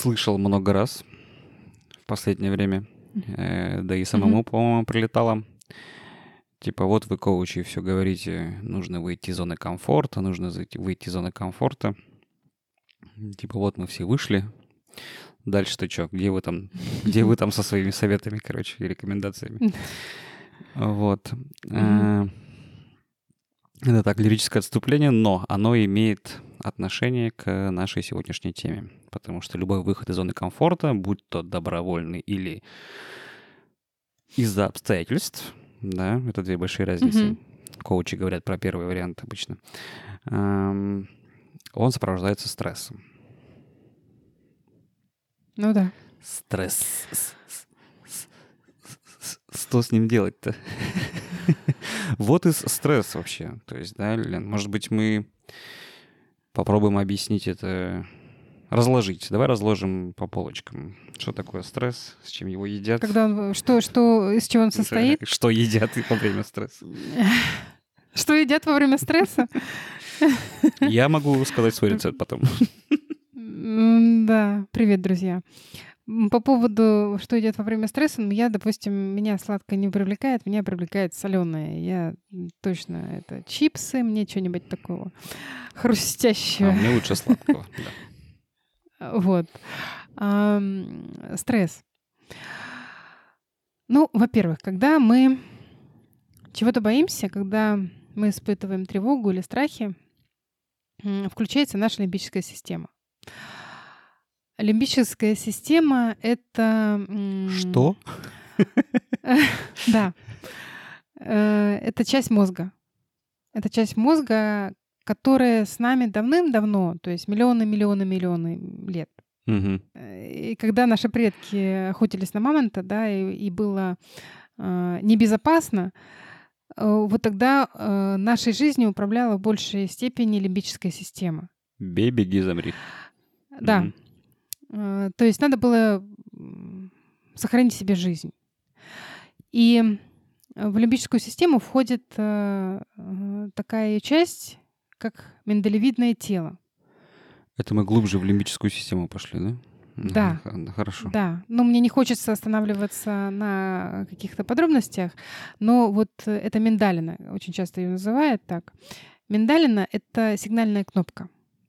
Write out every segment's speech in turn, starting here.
слышал много раз в последнее время. Да и самому, по-моему, прилетало. Типа, вот вы, коучи, все говорите, нужно выйти из зоны комфорта, нужно выйти из зоны комфорта. Типа, вот мы все вышли. Дальше-то что? Где вы там со своими советами, короче, и рекомендациями? Вот. Это так, лирическое отступление, но оно имеет отношение к нашей сегодняшней теме. Потому что любой выход из зоны комфорта, будь то добровольный или из-за обстоятельств, да, это две большие разницы. Коучи говорят про первый вариант обычно. Он сопровождается стрессом. Ну да. Стресс. Что с ним делать-то? Вот и стресс вообще. То есть, да, Лен, может быть, мы попробуем объяснить это, разложить. Давай разложим по полочкам. Что такое стресс, с чем его едят? Когда он, из чего он состоит? Что едят во время стресса? Что едят во время стресса? Я могу сказать свой рецепт потом. Да, привет, друзья. По поводу, что едят во время стресса, допустим, меня сладкое не привлекает, меня привлекает соленое. Я точно, это чипсы, мне что-нибудь такого хрустящего. Мне лучше сладкого, да. Вот. Стресс. Во-первых, когда мы чего-то боимся, когда мы испытываем тревогу или страхи, включается наша лимбическая система. Лимбическая система — это... Что? Да. Это часть мозга. Это часть мозга, которая с нами давным-давно, то есть миллионы лет. И когда наши предки охотились на мамонта, да, и было небезопасно, вот тогда нашей жизнью управляла в большей степени лимбическая система. Бей, беги, замри. Да. То есть надо было сохранить себе жизнь. И в лимбическую систему входит такая часть, как миндалевидное тело. Это мы глубже в лимбическую систему пошли, да? Да. Хорошо. Да. Но мне не хочется останавливаться на каких-то подробностях, но вот это миндалина, очень часто ее называют так. Миндалина — это сигнальная кнопка.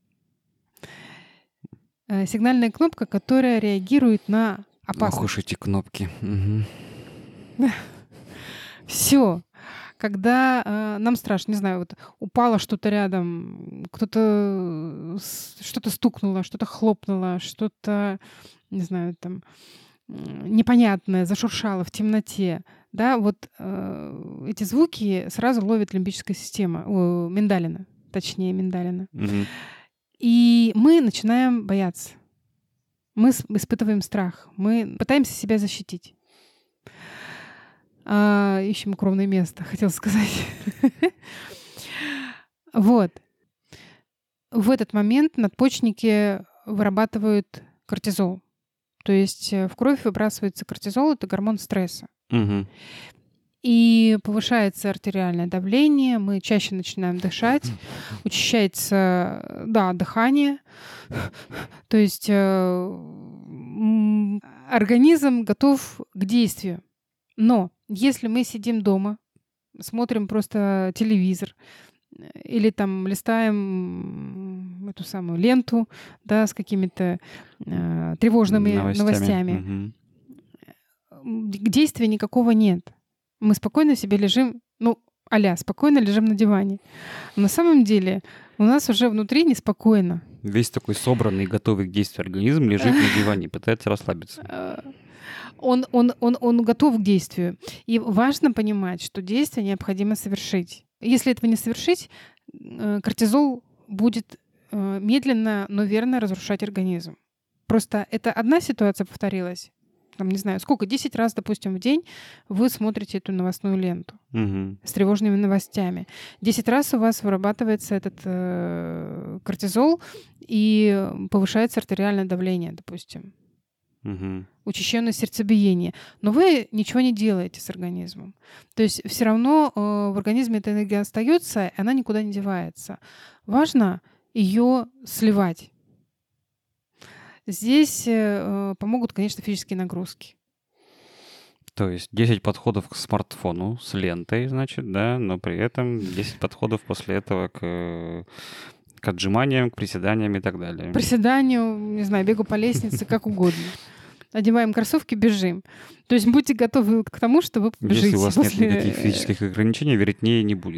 Сигнальная кнопка, которая реагирует на опасность. Ох уж эти кнопки. Все. Когда нам страшно, не знаю, вот упало что-то рядом, что-то стукнуло, что-то хлопнуло, что-то, не знаю, там непонятное зашуршало в темноте, да, вот эти звуки сразу ловит лимбическая система, миндалина, точнее миндалина. И мы начинаем бояться. Мы испытываем страх. Мы пытаемся себя защитить. Ищем укромное место, хотела сказать. Вот. В этот момент надпочечники вырабатывают кортизол. То есть в кровь выбрасывается кортизол, это гормон стресса. И повышается артериальное давление, мы чаще начинаем дышать, учащается, дыхание. То есть организм готов к действию. Но если мы сидим дома, смотрим просто телевизор или там листаем эту самую ленту, да, с какими-то тревожными новостями, действия никакого нет. Мы спокойно себе лежим, спокойно лежим на диване. Но на самом деле у нас уже внутри неспокойно. Весь такой собранный, готовый к действию организм лежит на диване, пытается расслабиться. Он готов к действию. И важно понимать, что действие необходимо совершить. Если этого не совершить, кортизол будет медленно, но верно разрушать организм. Просто это одна ситуация повторилась. Там, не знаю, сколько, 10 раз, допустим, в день вы смотрите эту новостную ленту с тревожными новостями. 10 раз у вас вырабатывается этот кортизол и повышается артериальное давление, допустим. Учащенное сердцебиение. Но вы ничего не делаете с организмом. То есть все равно в организме эта энергия остается, и она никуда не девается. Важно ее сливать. Здесь помогут, конечно, физические нагрузки. То есть 10 подходов к смартфону с лентой, значит, да, но при этом 10 подходов после этого к отжиманиям, к приседаниям и так далее. Приседанию, не знаю, бегу по лестнице, как угодно. Одеваем кроссовки, бежим. То есть будьте готовы к тому, что вы побежите. Если у вас нет никаких физических ограничений, вернее, не будет.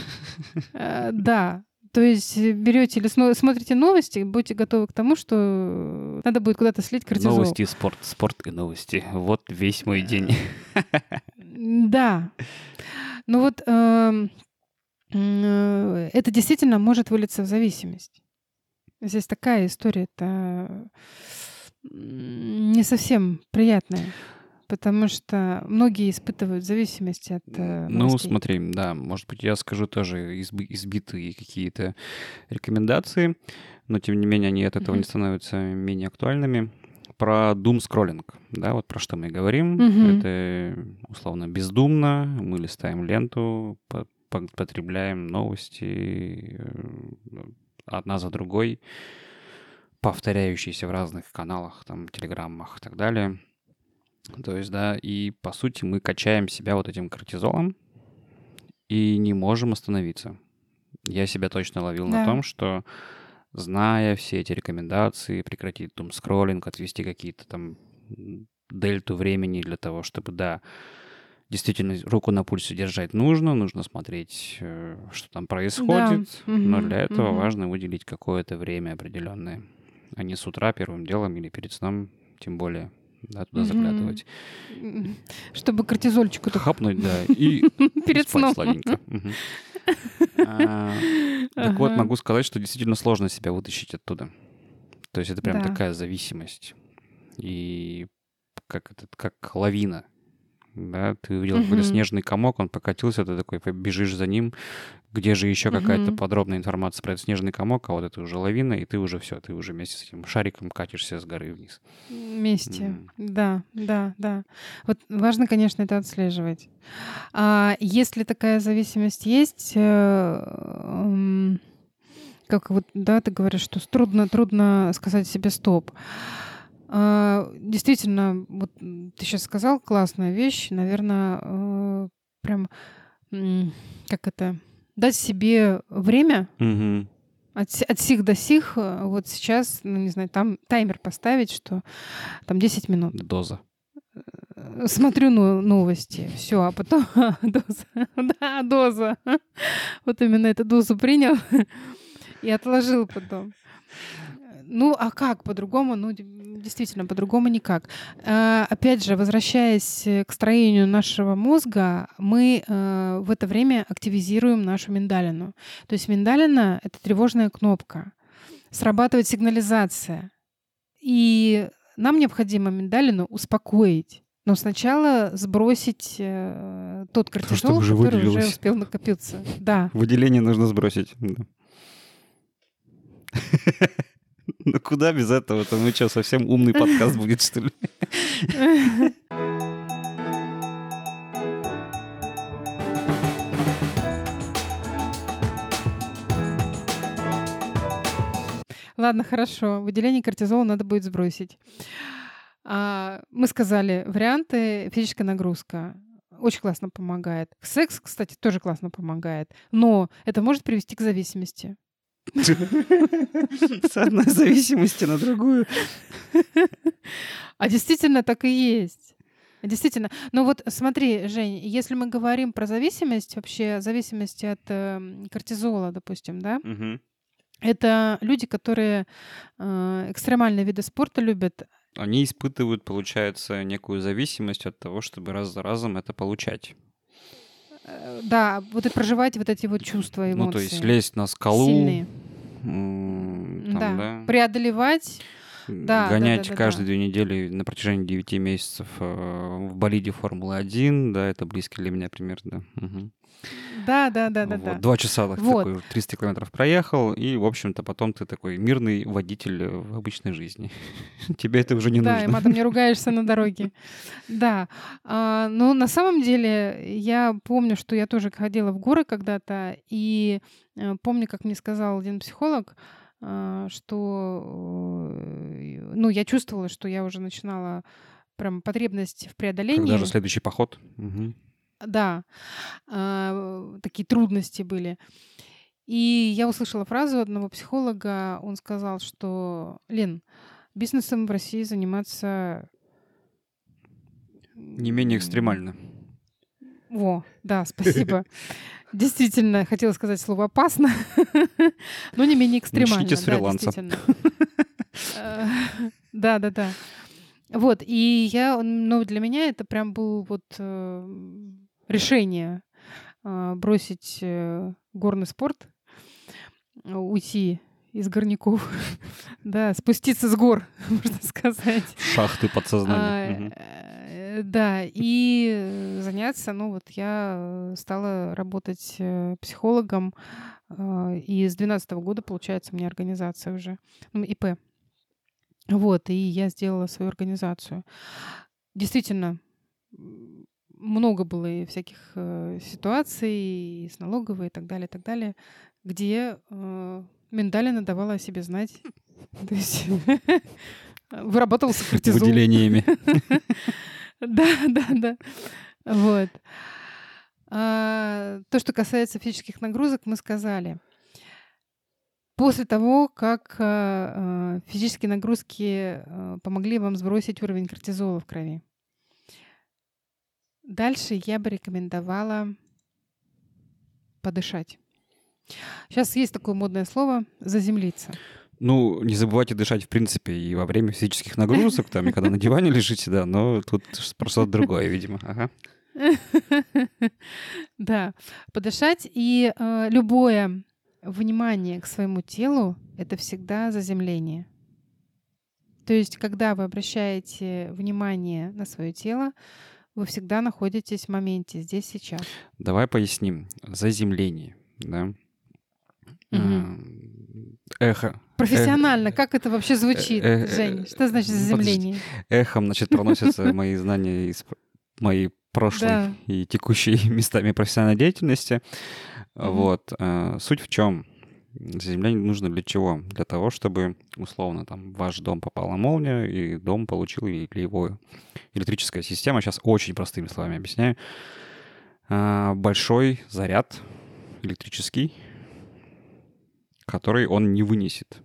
Да. То есть берете или смотрите новости, будьте готовы к тому, что надо будет куда-то слить кортизол. Новости, спорт и новости. Вот весь мой день. Да. Ну вот это действительно может вылиться в зависимость. Здесь такая история, это не совсем приятная, потому что многие испытывают зависимость от новостей. Ну, смотри, да, может быть, я скажу тоже избитые какие-то рекомендации, но, тем не менее, они от этого не становятся менее актуальными. Про думскроллинг, да, вот про что мы говорим. Это, условно, бездумно. Мы листаем ленту, потребляем новости одна за другой, повторяющиеся в разных каналах, там, телеграммах и так далее. То есть, да, и по сути мы качаем себя вот этим кортизолом и не можем остановиться. Я себя точно ловил на том, что, зная все эти рекомендации, прекратить думскроллинг, отвести какие-то там дельту времени для того, чтобы, да, действительно руку на пульсе держать нужно смотреть, что там происходит, но для этого важно выделить какое-то время определенное, а не с утра первым делом или перед сном, тем более. Да, туда заглядывать. Чтобы кортизольчику хапнуть, да, и перед сном сладенько. Так вот, могу сказать, что действительно сложно себя вытащить оттуда. То есть это прям такая зависимость. И как лавина. Да, ты увидел какой-то снежный комок, он покатился, ты такой бежишь за ним. Где же еще какая-то подробная информация про этот снежный комок, а вот это уже лавина, и ты уже все, ты уже вместе с этим шариком катишься с горы вниз. Вместе, да. Вот важно, конечно, это отслеживать. А если такая зависимость есть, как вот, да, ты говоришь, что трудно сказать себе стоп. Действительно, вот ты сейчас сказал классная вещь, наверное, прям как это дать себе время от сих до сих, вот сейчас, ну, не знаю, там таймер поставить, что там 10 минут. Доза. Смотрю новости, все, а потом доза. Да, доза. Вот именно эту дозу принял и отложил потом. Ну, а как по-другому? Ну, действительно, по-другому никак. Опять же, возвращаясь к строению нашего мозга, мы в это время активизируем нашу миндалину. То есть миндалина — это тревожная кнопка. Срабатывает сигнализация. И нам необходимо миндалину успокоить. Но сначала сбросить тот кортизол, который уже успел накопиться. Да. Выделение нужно сбросить. Ну куда без этого-то? Ну что, совсем умный подкаст будет, что ли? Ладно, хорошо. Выделение кортизола надо будет сбросить. Мы сказали варианты. Физическая нагрузка очень классно помогает. Секс, кстати, тоже классно помогает. Но это может привести к зависимости. С одной зависимости на другую. А действительно так и есть. Действительно. Но вот смотри, Жень, если мы говорим про зависимость, вообще зависимость от кортизола, допустим, да, это люди, которые экстремальные виды спорта любят. Они испытывают, получается, некую зависимость от того, чтобы раз за разом это получать. Да, вот и проживать вот эти вот чувства, эмоции. Ну, то есть лезть на скалу. Сильные. Да. Преодолевать. Гонять каждые 2 недели на протяжении 9 месяцев в болиде Формулы-1. Да, это близкий для меня пример, да. Да. 2 часа такой 300 километров проехал, и, в общем-то, потом ты такой мирный водитель в обычной жизни. Тебе это уже не нужно. Да, и матом не ругаешься на дороге. Да. Но на самом деле я помню, что я тоже ходила в горы когда-то, и помню, как мне сказал один психолог, что, ну, я чувствовала, что я уже начинала прям потребность в Когда же преодолении. следующий поход? Мгм. Да, такие трудности были. И я услышала фразу одного психолога. Он сказал, что, Лен, бизнесом в России заниматься... Не менее экстремально. Во, да, спасибо. Действительно, хотела сказать слово «опасно», но не менее экстремально. Начните с Да, фриланса. действительно. Да. Вот, и ну, для меня это прям был вот решение бросить горный спорт, уйти из горняков, да, спуститься с гор, можно сказать. Шахты подсознания. Да, и заняться, ну вот я стала работать психологом, и с 2012 года, получается, у меня организация уже, ИП. Вот, и я сделала свою организацию. Действительно, много было и всяких ситуаций и с налоговой и так далее, где миндалина давала о себе знать. То есть вырабатывался кортизол. Выделениями. Да. Вот. То, что касается физических нагрузок, мы сказали. После того, как физические нагрузки помогли вам сбросить уровень кортизола в крови, дальше я бы рекомендовала подышать. Сейчас есть такое модное слово «заземлиться». Ну, не забывайте дышать, в принципе, и во время физических нагрузок, там, и когда на диване лежите, да, но тут просто другое, видимо. Ага. Да, подышать, и любое внимание к своему телу — это всегда заземление. То есть, когда вы обращаете внимание на свое тело, вы всегда находитесь в моменте, здесь, сейчас. Давай поясним. Заземление, да? Эхо. Профессионально, как это вообще звучит, Жень? Что значит заземление? Эхом, значит, проносятся мои знания из моей прошлой и текущей местами профессиональной деятельности. Вот. Суть в чем? Заземление нужно для чего? Для того, чтобы, условно, там, в ваш дом попала молния, и дом получил, или его электрическая система, сейчас очень простыми словами объясняю, большой заряд электрический, который он не вынесет.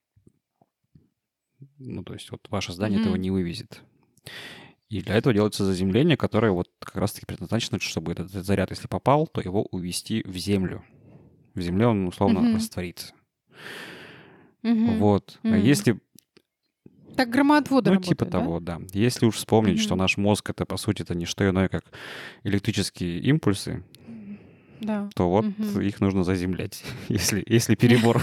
Ну, то есть вот ваше здание этого не вывезет. И для этого делается заземление, которое вот как раз-таки предназначено, чтобы этот заряд, если попал, то его увести в землю. В земле он, условно, растворится. Вот. А если... Так громоотводы работают, типа того, да. Если уж вспомнить, что наш мозг — это, по сути, это не что иное, как электрические импульсы, то вот их нужно заземлять, если перебор.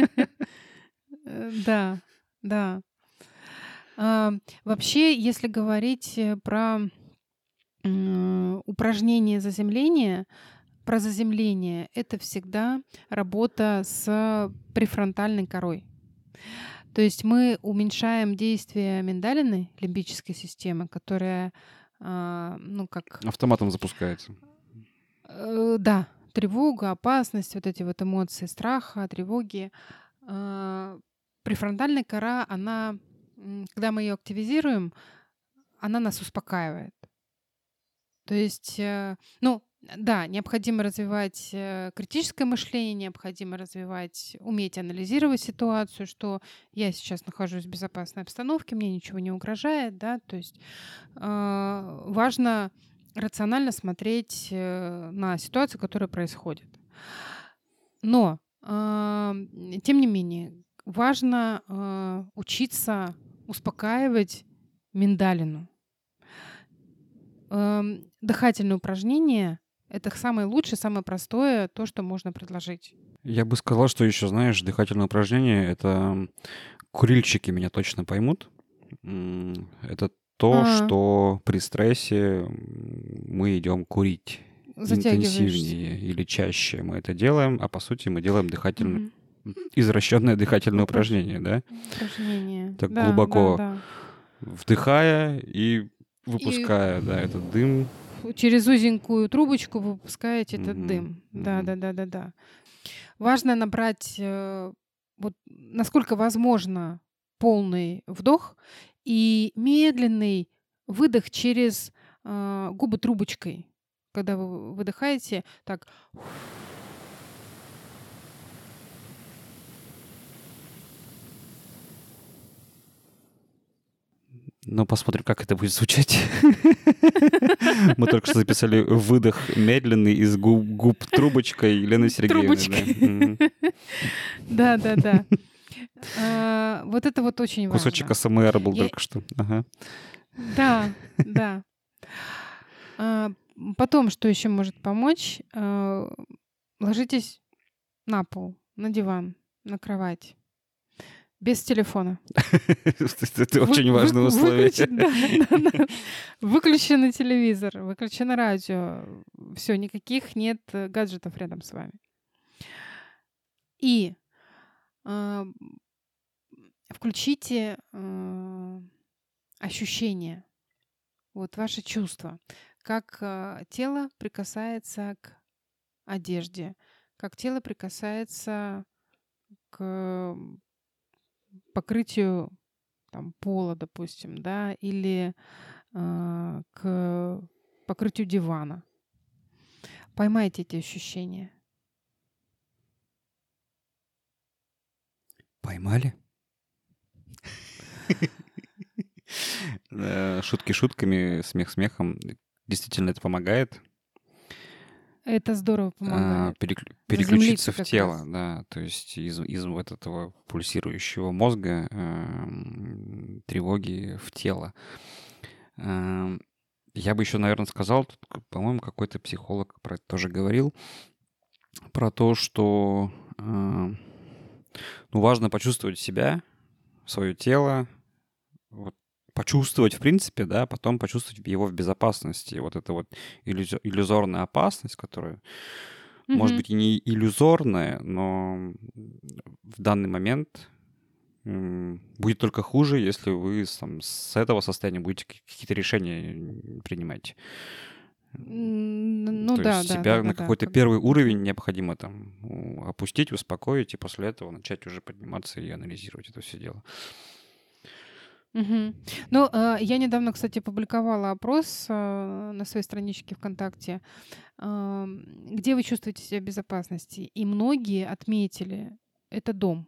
Да. Вообще, если говорить про упражнение заземления, про заземление, это всегда работа с префронтальной корой. То есть мы уменьшаем действие миндалины, лимбической системы, которая, как... Автоматом запускается. Да, тревога, опасность, вот эти вот эмоции страха, тревоги. Префронтальная кора, она, когда мы ее активизируем, она нас успокаивает. То есть, да, необходимо развивать критическое мышление, необходимо развивать, уметь анализировать ситуацию, что я сейчас нахожусь в безопасной обстановке, мне ничего не угрожает, да, то есть важно рационально смотреть на ситуацию, которая происходит. Но, тем не менее, важно учиться успокаивать миндалину. Дыхательные упражнения — это самое лучшее, самое простое, то, что можно предложить. Я бы сказал, что еще, знаешь, дыхательные упражнения — это курильщики меня точно поймут. Это то, что при стрессе мы идем курить интенсивнее или чаще мы это делаем, а по сути мы делаем извращенное дыхательное упражнение, да? Упражнение. Так глубоко вдыхая и выпуская, этот дым. Через узенькую трубочку вы выпускаете этот дым. Да. Важно набрать вот насколько возможно полный вдох и медленный выдох через губы трубочкой. Когда вы выдыхаете, так. Ну, посмотрим, как это будет звучать. Мы только что записали выдох медленный из губ трубочкой Елены Сергеевны. Да. Вот это вот очень важно. Кусочек АСМР был только что. Ага. Да. Потом, что еще может помочь? Ложитесь на пол, на диван, на кровать. Без телефона. Это очень важное условие. Выключенный телевизор, выключено радио. Все, никаких нет гаджетов рядом с вами. И включите ощущения, вот ваши чувства, как тело прикасается к одежде, как тело прикасается к покрытию там, пола, допустим, да, или к покрытию дивана. Поймайте эти ощущения. Поймали? Шутки шутками, смех смехом. Действительно, это помогает. Это здорово помогает. Переключиться в тело, да, то есть из вот этого пульсирующего мозга тревоги в тело. Я бы еще, наверное, сказал, тут, по-моему, какой-то психолог про это тоже говорил, про то, что важно почувствовать себя, свое тело, вот, почувствовать, в принципе, да, потом почувствовать его в безопасности. Вот это вот иллюзорная опасность, которая, может быть, и не иллюзорная, но в данный момент будет только хуже, если вы с этого состояния будете какие-то решения принимать. То есть себя на какой-то первый уровень необходимо там опустить, успокоить, и после этого начать уже подниматься и анализировать это все дело. Ну, я недавно, кстати, опубликовала опрос на своей страничке ВКонтакте, где вы чувствуете себя в безопасности. И многие отметили, это дом.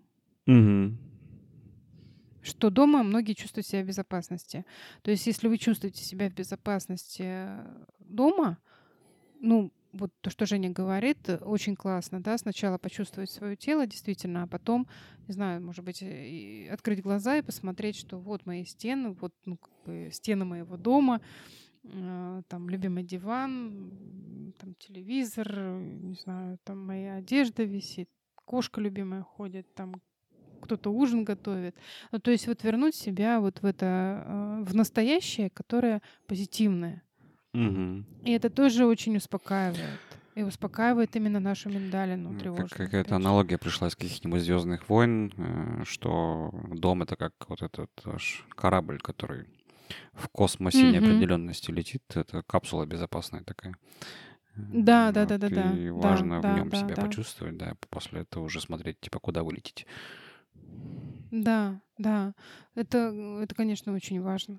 Что дома многие чувствуют себя в безопасности. То есть если вы чувствуете себя в безопасности дома, ну, вот то, что Женя говорит, очень классно, да, сначала почувствовать свое тело действительно, а потом, не знаю, может быть, открыть глаза и посмотреть, что вот мои стены, вот стены моего дома, там любимый диван, там телевизор, не знаю, там моя одежда висит, кошка любимая ходит, там кто-то ужин готовит. Ну, то есть вот вернуть себя вот в это, в настоящее, которое позитивное. И это тоже очень успокаивает. И успокаивает именно нашу миндалину тревожную. Какая-то аналогия пришла из каких-нибудь «Звездных войн», что дом — это как вот этот корабль, который в космосе неопределенности летит. Это капсула безопасная такая. Да. И важно в нем себя почувствовать, да, после этого уже смотреть, типа, куда вы летите. Да. Это, конечно, очень важно.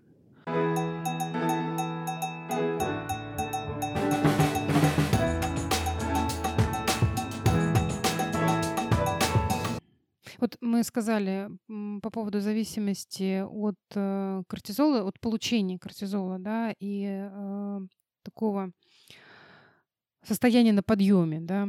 Вот мы сказали по поводу зависимости от кортизола, от получения кортизола, да, и такого состояния на подъеме, да.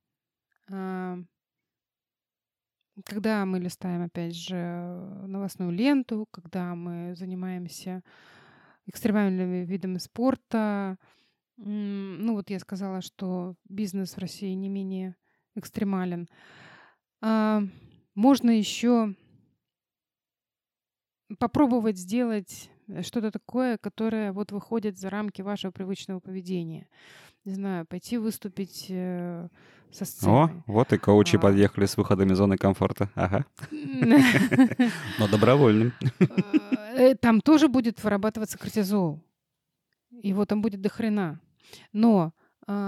Когда мы листаем, опять же, новостную ленту, когда мы занимаемся экстремальными видами спорта, ну вот я сказала, что бизнес в России не менее экстремален. Можно еще попробовать сделать что-то такое, которое вот выходит за рамки вашего привычного поведения. Не знаю, пойти выступить со сцены. О, вот и коучи подъехали с выходом из зоны комфорта. Ага. Но добровольным. Там тоже будет вырабатываться кортизол. Его там будет до хрена. Но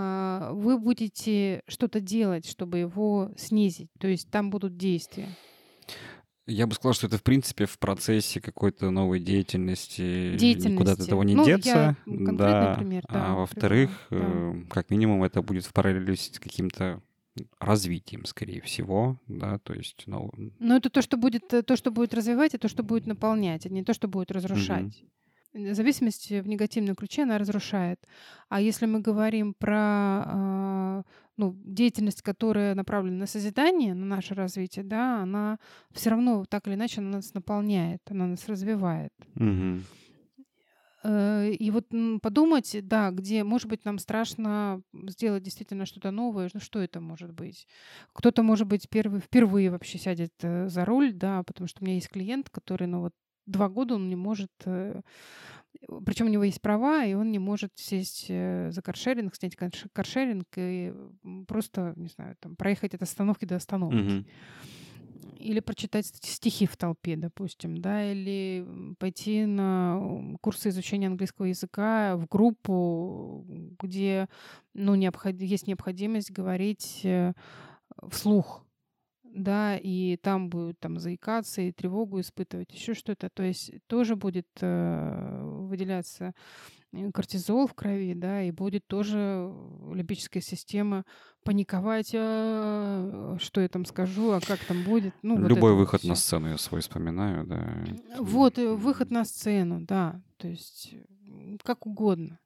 вы будете что-то делать, чтобы его снизить. То есть там будут действия. Я бы сказал, что это, в принципе, в процессе какой-то новой деятельности. Никуда от этого не Ну, я деться. конкретный Да. пример, А да, во-вторых, привела. Да. как минимум, это будет в параллели с каким-то развитием, скорее всего, да, то есть, ну, Но это то, что будет развивать, и то, что будет наполнять, а не то, что будет мгм, разрушать. Зависимость в негативном ключе, она разрушает. А если мы говорим про ну, деятельность, которая направлена на созидание, на наше развитие, да, она все равно так или иначе она нас наполняет, она нас развивает. мгм. И вот подумать, да, где, может быть, нам страшно сделать действительно что-то новое, ну что это может быть? Кто-то, может быть, впервые вообще сядет за руль, да, потому что у меня есть клиент, который, ну вот, 2 года он не может, причем у него есть права, и он не может сесть за каршеринг, снять каршеринг и просто, не знаю, там, проехать от остановки до остановки. Мгм. Или прочитать стихи в толпе, допустим, да, или пойти на курсы изучения английского языка в группу, где ну, есть необходимость говорить вслух, да, и там будут там заикаться и тревогу испытывать, еще что-то. То есть тоже будет выделяться кортизол в крови, да, и будет тоже лимбическая система паниковать, что я там скажу, а как там будет, ну вот Любой это вот выход на все. сцену я свой вспоминаю, да. Вот, выход Мгм. на сцену, да, то есть как угодно.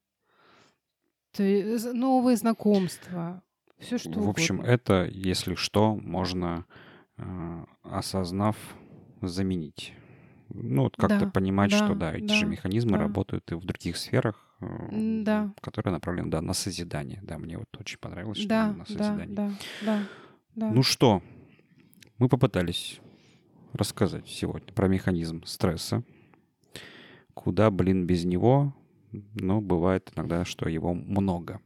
То есть новые знакомства, все что В общем, угодно. это, если что, можно, осознав, заменить. Ну, вот как-то Да, понимать, да, что да, эти да, же механизмы да, работают и в других сферах, да, которые направлены, да, на созидание. Да, мне вот очень понравилось, что именно да, на да, созидание. да, да, да. Ну что, мы попытались рассказать сегодня про механизм стресса. Куда, блин, без него, но бывает иногда, что его много.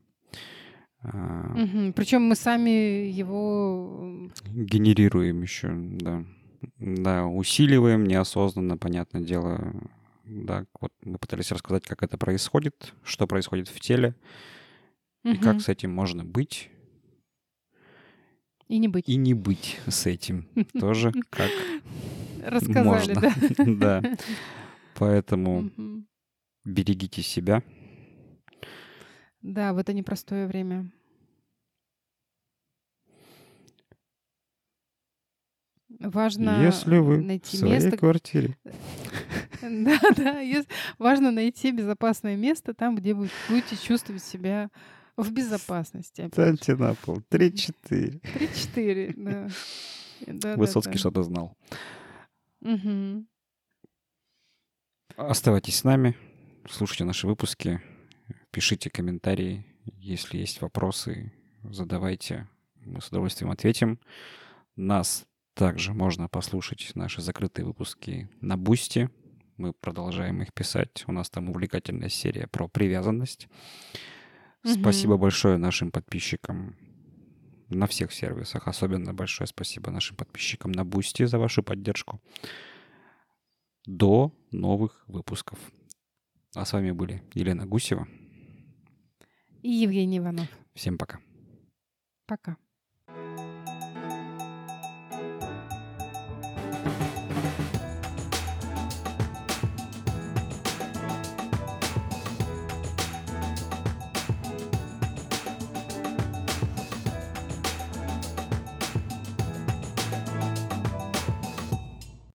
А, Причем мы сами его Генерируем еще, да. Да, усиливаем неосознанно, понятное дело. Да, вот мы пытались рассказать, как это происходит, что происходит в теле, и как мгм, с этим можно быть и не и быть. не быть с этим. Тоже как Рассказали, можно. да. Да. Поэтому Мгм. берегите себя. Да, в это непростое время. Важно Если вы в найти своей место. квартире. Да, да, важно найти безопасное место там, где вы будете чувствовать себя в безопасности, опять же. Встаньте на пол. Мгм. 3-4. 3-4, да. Высоцкий Да-да-да. что-то знал. Мгм. Оставайтесь с нами, слушайте наши выпуски, пишите комментарии, если есть вопросы, задавайте, мы с удовольствием ответим. Нас также можно послушать, наши закрытые выпуски на Бусти. Мы продолжаем их писать. У нас там увлекательная серия про привязанность. Спасибо Мгм. большое нашим подписчикам на всех сервисах. Особенно большое спасибо нашим подписчикам на Бусти за вашу поддержку. До новых выпусков. А с вами были Елена Гусева. И Евгений Иванов. Всем пока. Пока.